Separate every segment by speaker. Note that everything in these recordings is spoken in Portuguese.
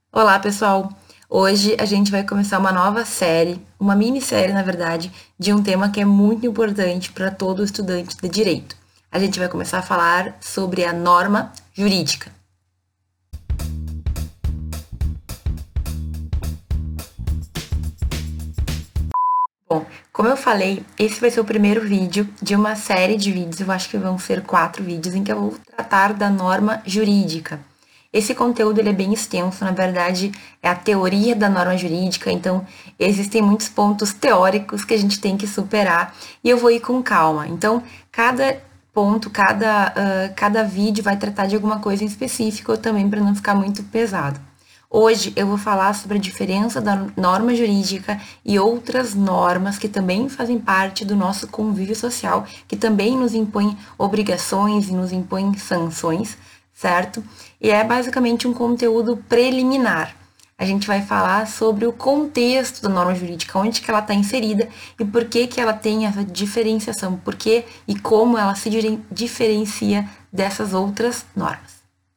Speaker 1: Olá, pessoal! Hoje a gente vai começar uma nova série, uma minissérie, na verdade, de um tema que é muito importante para todo estudante de direito. A gente vai começar a falar sobre a norma jurídica. Bom, como eu falei, esse vai ser o primeiro vídeo de uma série de vídeos, eu acho que vão ser 4 vídeos, em que eu vou tratar da norma jurídica. Esse conteúdo ele é bem extenso, na verdade, é a teoria da norma jurídica, então existem muitos pontos teóricos que a gente tem que superar e eu vou ir com calma. Então, cada ponto, cada vídeo vai tratar de alguma coisa em específico também para não ficar muito pesado. Hoje eu vou falar sobre a diferença da norma jurídica e outras normas que também fazem parte do nosso convívio social, que também nos impõem obrigações e nos impõem sanções, certo? E é basicamente um conteúdo preliminar. A gente vai falar sobre o contexto da norma jurídica, onde que ela está inserida e por que que ela tem essa diferenciação, por que e como ela se diferencia dessas outras normas.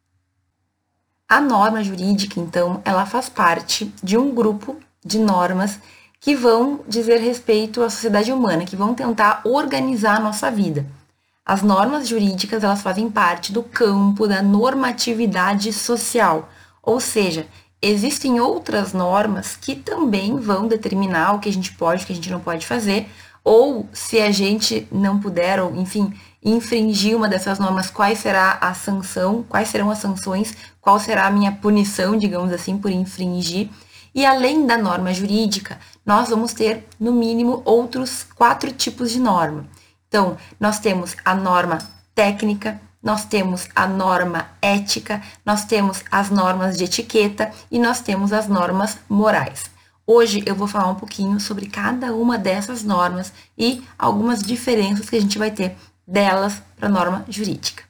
Speaker 1: A norma jurídica, então, ela faz parte de um grupo de normas que vão dizer respeito à sociedade humana, que vão tentar organizar a nossa vida. As normas jurídicas, elas fazem parte do campo da normatividade social, ou seja, existem outras normas que também vão determinar o que a gente pode, o que a gente não pode fazer, ou se a gente não puder, ou enfim, infringir uma dessas normas, quais será a sanção, quais serão as sanções, qual será a minha punição, digamos assim, por infringir. E além da norma jurídica, nós vamos ter, no mínimo, outros 4 tipos de norma. Então, nós temos a norma técnica, nós temos a norma ética, nós temos as normas de etiqueta e nós temos as normas morais. Hoje eu vou falar um pouquinho sobre cada uma dessas normas e algumas diferenças que a gente vai ter delas para a norma jurídica.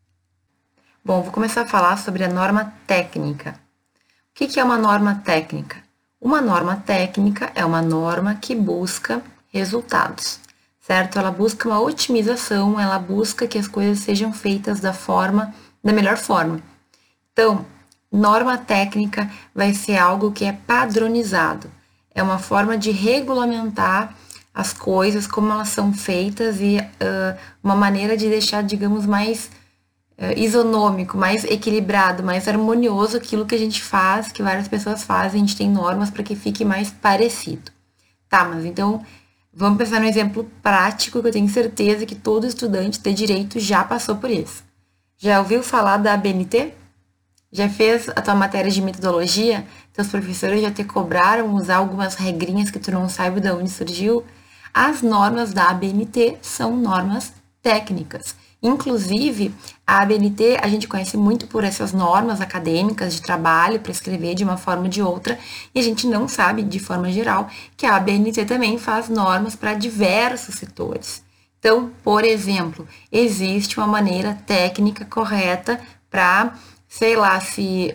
Speaker 1: Bom, vou começar a falar sobre a norma técnica. O que é uma norma técnica? Uma norma técnica é uma norma que busca resultados, certo? Ela busca uma otimização, ela busca que as coisas sejam feitas da melhor forma. Então, norma técnica vai ser algo que é padronizado. É uma forma de regulamentar as coisas, como elas são feitas e uma maneira de deixar, digamos, mais isonômico, mais equilibrado, mais harmonioso aquilo que a gente faz, que várias pessoas fazem, a gente tem normas para que fique mais parecido. Tá, mas então vamos pensar no exemplo prático que eu tenho certeza que todo estudante de direito já passou por isso. Já ouviu falar da ABNT? Já fez a tua matéria de metodologia? Teus professores já te cobraram usar algumas regrinhas que tu não sabe de onde surgiu? As normas da ABNT são normas técnicas. Inclusive, a ABNT a gente conhece muito por essas normas acadêmicas de trabalho para escrever de uma forma ou de outra, e a gente não sabe, de forma geral, que a ABNT também faz normas para diversos setores. Então, por exemplo, existe uma maneira técnica correta para, sei lá, se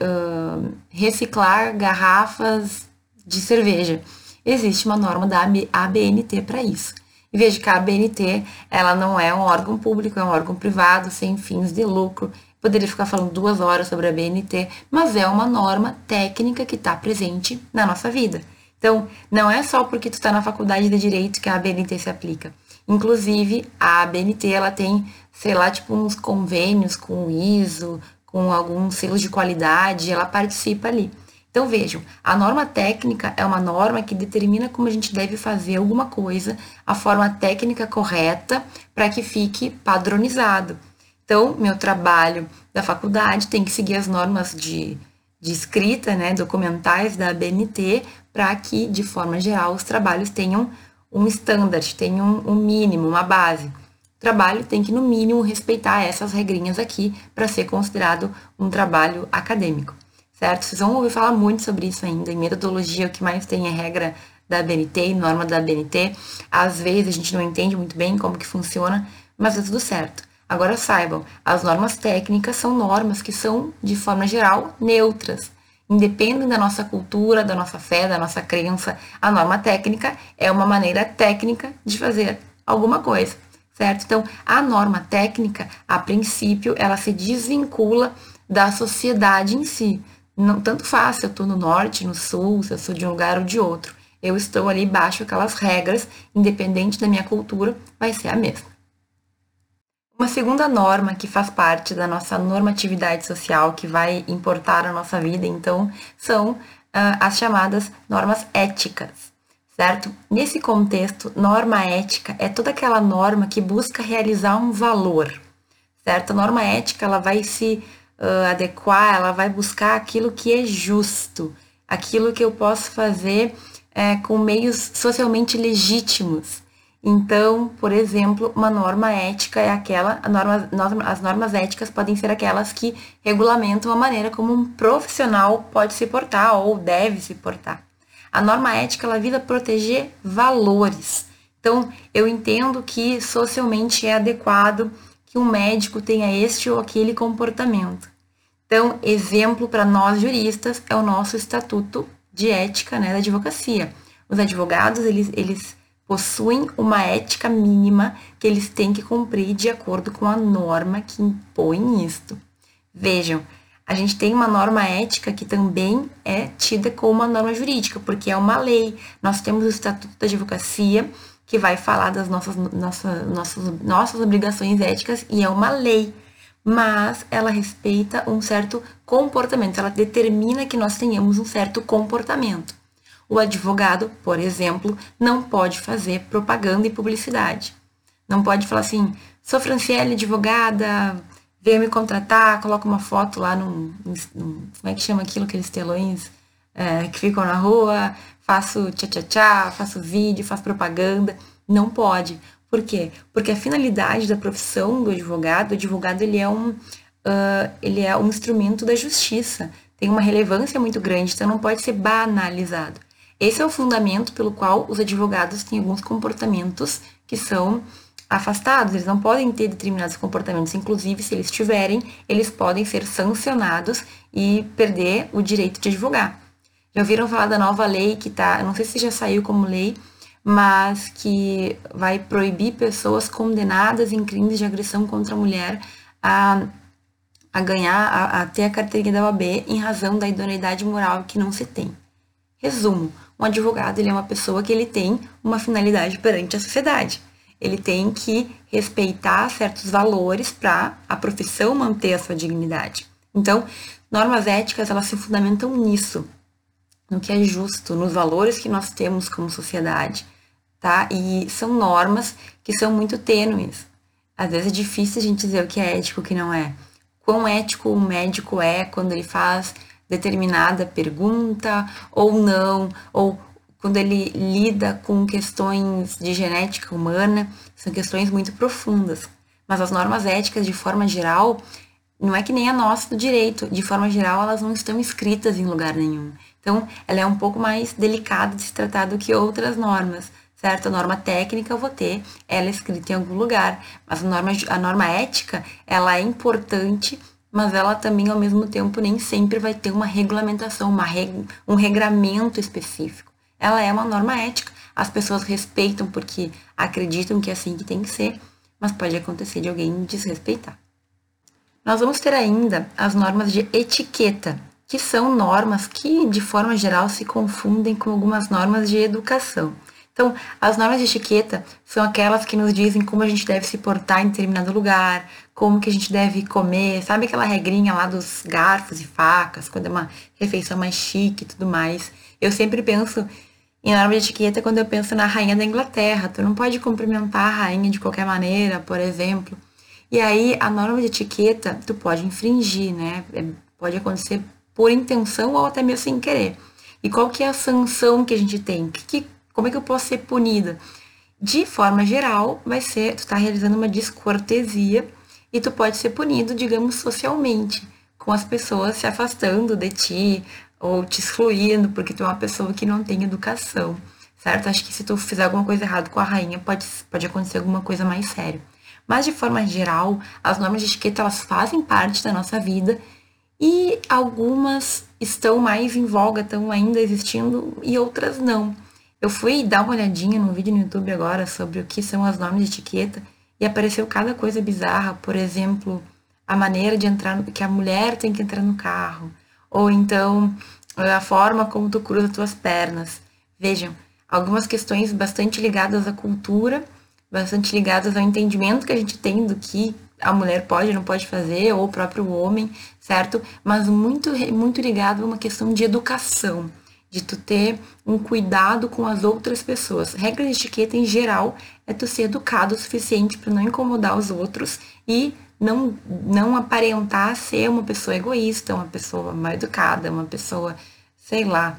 Speaker 1: reciclar garrafas de cerveja. Existe uma norma da ABNT para isso. E veja que a ABNT, ela não é um órgão público, é um órgão privado, sem fins de lucro. Poderia ficar falando 2 horas sobre a ABNT, mas é uma norma técnica que está presente na nossa vida. Então, não é só porque tu está na faculdade de Direito que a ABNT se aplica. Inclusive, a ABNT, ela tem, sei lá, tipo uns convênios com o ISO, com alguns selos de qualidade, ela participa ali. Então vejam, a norma técnica é uma norma que determina como a gente deve fazer alguma coisa, a forma técnica correta para que fique padronizado. Então, meu trabalho da faculdade tem que seguir as normas de escrita, né, documentais da ABNT, para que, de forma geral, os trabalhos tenham um standard, tenham um mínimo, uma base. O trabalho tem que, no mínimo, respeitar essas regrinhas aqui para ser considerado um trabalho acadêmico, certo? Vocês vão ouvir falar muito sobre isso ainda. Em metodologia, o que mais tem é regra da ABNT, norma da ABNT. Às vezes a gente não entende muito bem como que funciona, mas é tudo certo. Agora saibam, as normas técnicas são normas que são, de forma geral, neutras. Independem da nossa cultura, da nossa fé, da nossa crença, a norma técnica é uma maneira técnica de fazer alguma coisa, certo? Então, a norma técnica, a princípio, ela se desvincula da sociedade em si. Não, tanto faz se eu estou no norte, no sul, se eu sou de um lugar ou de outro. Eu estou ali baixo aquelas regras, independente da minha cultura, vai ser a mesma. Uma segunda norma que faz parte da nossa normatividade social, que vai importar a nossa vida, então, são as chamadas normas éticas, certo? Nesse contexto, norma ética é toda aquela norma que busca realizar um valor, certo? A norma ética, ela vai se adequar, ela vai buscar aquilo que é justo, aquilo que eu posso fazer com meios socialmente legítimos. Então, por exemplo, uma norma ética é aquela, as normas éticas podem ser aquelas que regulamentam a maneira como um profissional pode se portar ou deve se portar. A norma ética, ela visa proteger valores. Então, eu entendo que socialmente é adequado que um médico tenha este ou aquele comportamento. Então, exemplo para nós juristas é o nosso estatuto de ética, né, da advocacia. Os advogados, eles possuem uma ética mínima que eles têm que cumprir de acordo com a norma que impõe isto. Vejam, a gente tem uma norma ética que também é tida como uma norma jurídica, porque é uma lei. Nós temos o Estatuto da Advocacia, que vai falar das nossas obrigações éticas, e é uma lei. Mas ela respeita um certo comportamento, ela determina que nós tenhamos um certo comportamento. O advogado, por exemplo, não pode fazer propaganda e publicidade. Não pode falar assim, sou Franciele, advogada, veio me contratar, coloca uma foto lá como é que chama aquilo, aqueles telões que ficam na rua, faço tchá-tchá-tchá, faço vídeo, faço propaganda. Não pode. Por quê? Porque a finalidade da profissão do advogado, ele é um instrumento da justiça, tem uma relevância muito grande, então não pode ser banalizado. Esse é o fundamento pelo qual os advogados têm alguns comportamentos que são afastados, eles não podem ter determinados comportamentos, inclusive se eles tiverem, eles podem ser sancionados e perder o direito de advogar. Já ouviram falar da nova lei que tá, não sei se já saiu como lei, mas que vai proibir pessoas condenadas em crimes de agressão contra a mulher a ter a carteirinha da OAB em razão da idoneidade moral que não se tem. Resumo, um advogado ele é uma pessoa que ele tem uma finalidade perante a sociedade. Ele tem que respeitar certos valores para a profissão manter a sua dignidade. Então, normas éticas, elas se fundamentam nisso, no que é justo, nos valores que nós temos como sociedade, tá? E são normas que são muito tênues. Às vezes é difícil a gente dizer o que é ético e o que não é. Quão ético o médico é quando ele faz determinada pergunta ou não, ou quando ele lida com questões de genética humana, são questões muito profundas. Mas as normas éticas, de forma geral, não é que nem a nossa do direito, de forma geral, elas não estão escritas em lugar nenhum. Então, ela é um pouco mais delicada de se tratar do que outras normas, certo? A norma técnica eu vou ter, ela é escrita em algum lugar, mas a norma ética, ela é importante, mas ela também, ao mesmo tempo, nem sempre vai ter uma regulamentação, um regramento específico. Ela é uma norma ética, as pessoas respeitam porque acreditam que é assim que tem que ser, mas pode acontecer de alguém desrespeitar. Nós vamos ter ainda as normas de etiqueta, que são normas que, de forma geral, se confundem com algumas normas de educação. Então, as normas de etiqueta são aquelas que nos dizem como a gente deve se portar em determinado lugar, como que a gente deve comer, sabe aquela regrinha lá dos garfos e facas, quando é uma refeição mais chique e tudo mais. Eu sempre penso em norma de etiqueta quando eu penso na rainha da Inglaterra. Tu não pode cumprimentar a rainha de qualquer maneira, por exemplo. E aí, a norma de etiqueta, tu pode infringir, né? Pode acontecer por intenção ou até mesmo sem querer. E qual que é a sanção que a gente tem? Como é que eu posso ser punida? De forma geral, vai ser, tu tá realizando uma descortesia e tu pode ser punido, digamos, socialmente, com as pessoas se afastando de ti ou te excluindo porque tu é uma pessoa que não tem educação, certo? Acho que se tu fizer alguma coisa errada com a rainha, pode acontecer alguma coisa mais séria. Mas, de forma geral, as normas de etiqueta, elas fazem parte da nossa vida e algumas estão mais em voga, estão ainda existindo e outras não. Eu fui dar uma olhadinha num vídeo no YouTube agora sobre o que são as normas de etiqueta e apareceu cada coisa bizarra, por exemplo, a maneira de entrar, que a mulher tem que entrar no carro, ou então a forma como tu cruza tuas pernas. Vejam, algumas questões bastante ligadas à cultura, bastante ligadas ao entendimento que a gente tem do que a mulher pode e não pode fazer, ou o próprio homem, certo? Mas muito ligado a uma questão de educação, de tu ter um cuidado com as outras pessoas. Regra de etiqueta, em geral, é tu ser educado o suficiente para não incomodar os outros e não aparentar ser uma pessoa egoísta, uma pessoa mal educada, uma pessoa, sei lá,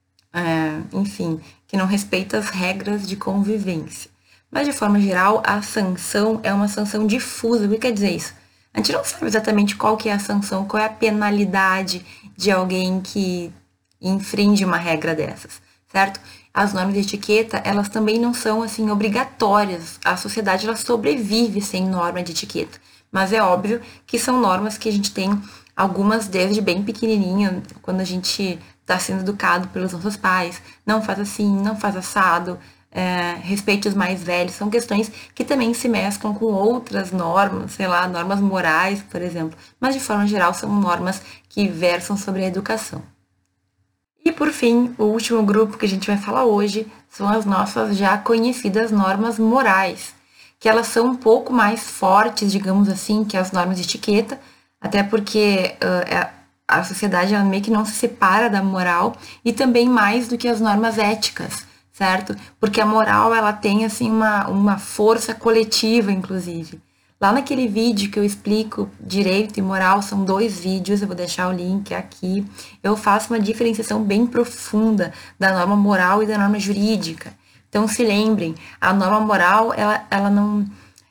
Speaker 1: enfim, que não respeita as regras de convivência. Mas, de forma geral, a sanção é uma sanção difusa. O que quer dizer isso? A gente não sabe exatamente qual que é a sanção, qual é a penalidade de alguém que infringe uma regra dessas, certo? As normas de etiqueta, elas também não são, assim, obrigatórias. A sociedade, ela sobrevive sem norma de etiqueta. Mas é óbvio que são normas que a gente tem algumas desde bem pequenininho, quando a gente está sendo educado pelos nossos pais. Não faz assim, não faz assado, respeite os mais velhos. São questões que também se mesclam com outras normas, sei lá, normas morais, por exemplo. Mas, de forma geral, são normas que versam sobre a educação. E, por fim, o último grupo que a gente vai falar hoje são as nossas já conhecidas normas morais, que elas são um pouco mais fortes, digamos assim, que as normas de etiqueta, até porque a sociedade ela meio que não se separa da moral, e também mais do que as normas éticas, certo? Porque a moral ela tem assim uma força coletiva, inclusive. Lá naquele vídeo que eu explico direito e moral, são 2 vídeos, eu vou deixar o link aqui. Eu faço uma diferenciação bem profunda da norma moral e da norma jurídica. Então, se lembrem, a norma moral, ela não...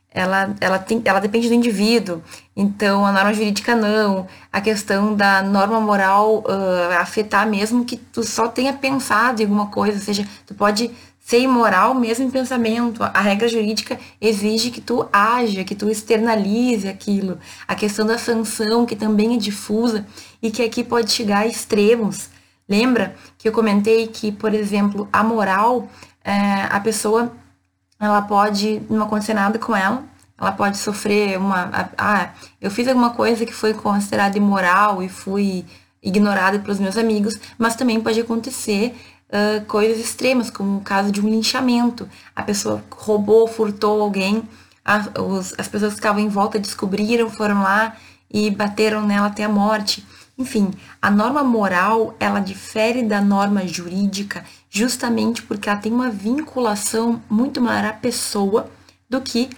Speaker 1: Ela depende do indivíduo, então a norma jurídica não. A questão da norma moral afetar mesmo que tu só tenha pensado em alguma coisa, ou seja, tu pode ser imoral mesmo em pensamento. A regra jurídica exige que tu haja, que tu externalize aquilo. A questão da sanção, que também é difusa e que aqui pode chegar a extremos. Lembra que eu comentei que, por exemplo, a moral, a pessoa ela pode não acontecer nada com ela pode sofrer eu fiz alguma coisa que foi considerada imoral e fui ignorada pelos meus amigos, mas também pode acontecer coisas extremas, como o caso de um linchamento. A pessoa roubou, furtou alguém, as pessoas que estavam em volta descobriram, foram lá e bateram nela até a morte. Enfim, a norma moral, ela difere da norma jurídica justamente porque ela tem uma vinculação muito maior à pessoa do que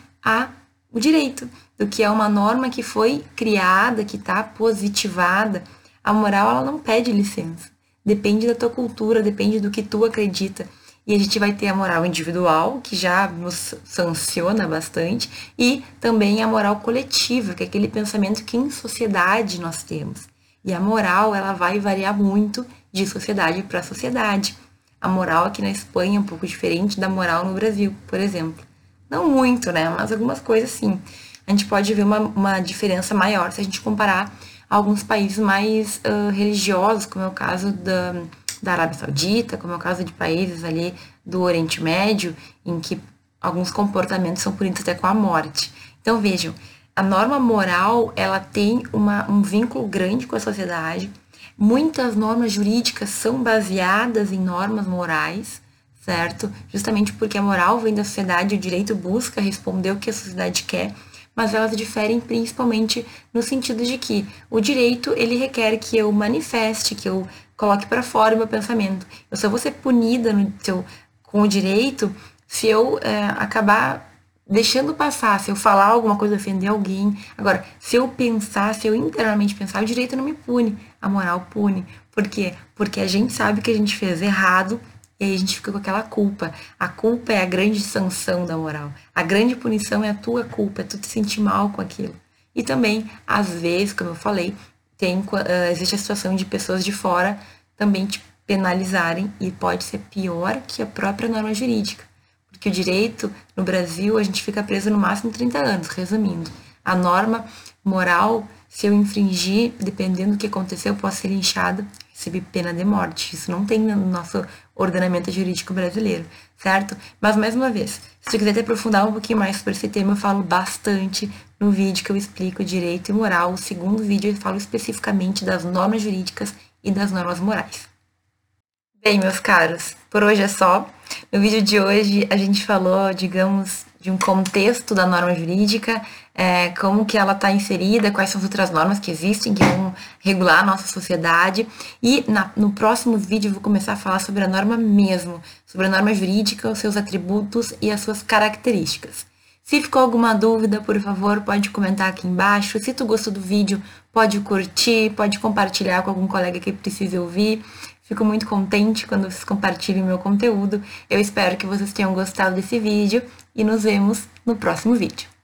Speaker 1: o direito, do que é uma norma que foi criada, que está positivada. A moral, ela não pede licença. Depende da tua cultura, depende do que tu acredita. E a gente vai ter a moral individual, que já nos sanciona bastante, e também a moral coletiva, que é aquele pensamento que em sociedade nós temos. E a moral, ela vai variar muito de sociedade para sociedade. A moral aqui na Espanha é um pouco diferente da moral no Brasil, por exemplo. Não muito, né? Mas algumas coisas sim. A gente pode ver uma diferença maior se a gente comparar alguns países mais religiosos, como é o caso da Arábia Saudita, como é o caso de países ali do Oriente Médio, em que alguns comportamentos são punidos até com a morte. Então, vejam, a norma moral, ela tem um vínculo grande com a sociedade. Muitas normas jurídicas são baseadas em normas morais, certo? Justamente porque a moral vem da sociedade, o direito busca responder o que a sociedade quer, mas elas diferem principalmente no sentido de que o direito, ele requer que eu manifeste, que eu coloque para fora o meu pensamento. Eu só vou ser punida com o direito se eu acabar deixando passar, se eu falar alguma coisa, ofender alguém. Agora, se eu pensar, se eu internamente pensar, o direito não me pune, a moral pune. Por quê? Porque a gente sabe que a gente fez errado e aí a gente fica com aquela culpa. A culpa é a grande sanção da moral. A grande punição é a tua culpa, é tu te sentir mal com aquilo. E também, às vezes, como eu falei, existe a situação de pessoas de fora também te penalizarem e pode ser pior que a própria norma jurídica. Porque o direito, no Brasil, a gente fica preso no máximo 30 anos, resumindo. A norma moral, se eu infringir, dependendo do que acontecer, eu posso ser linchada, receber pena de morte. Isso não tem no nosso ordenamento jurídico brasileiro, certo? Mas, mais uma vez, se tu quiser te aprofundar um pouquinho mais sobre esse tema, eu falo bastante no vídeo que eu explico direito e moral. O segundo vídeo eu falo especificamente das normas jurídicas e das normas morais. Bem, meus caros, por hoje é só. No vídeo de hoje a gente falou, digamos, de um contexto da norma jurídica, como que ela está inserida, quais são as outras normas que existem, que vão regular a nossa sociedade. E no próximo vídeo eu vou começar a falar sobre a norma mesmo, sobre a norma jurídica, os seus atributos e as suas características. Se ficou alguma dúvida, por favor, pode comentar aqui embaixo. Se tu gostou do vídeo, pode curtir, pode compartilhar com algum colega que precise ouvir. Fico muito contente quando vocês compartilhem meu conteúdo. Eu espero que vocês tenham gostado desse vídeo e nos vemos no próximo vídeo.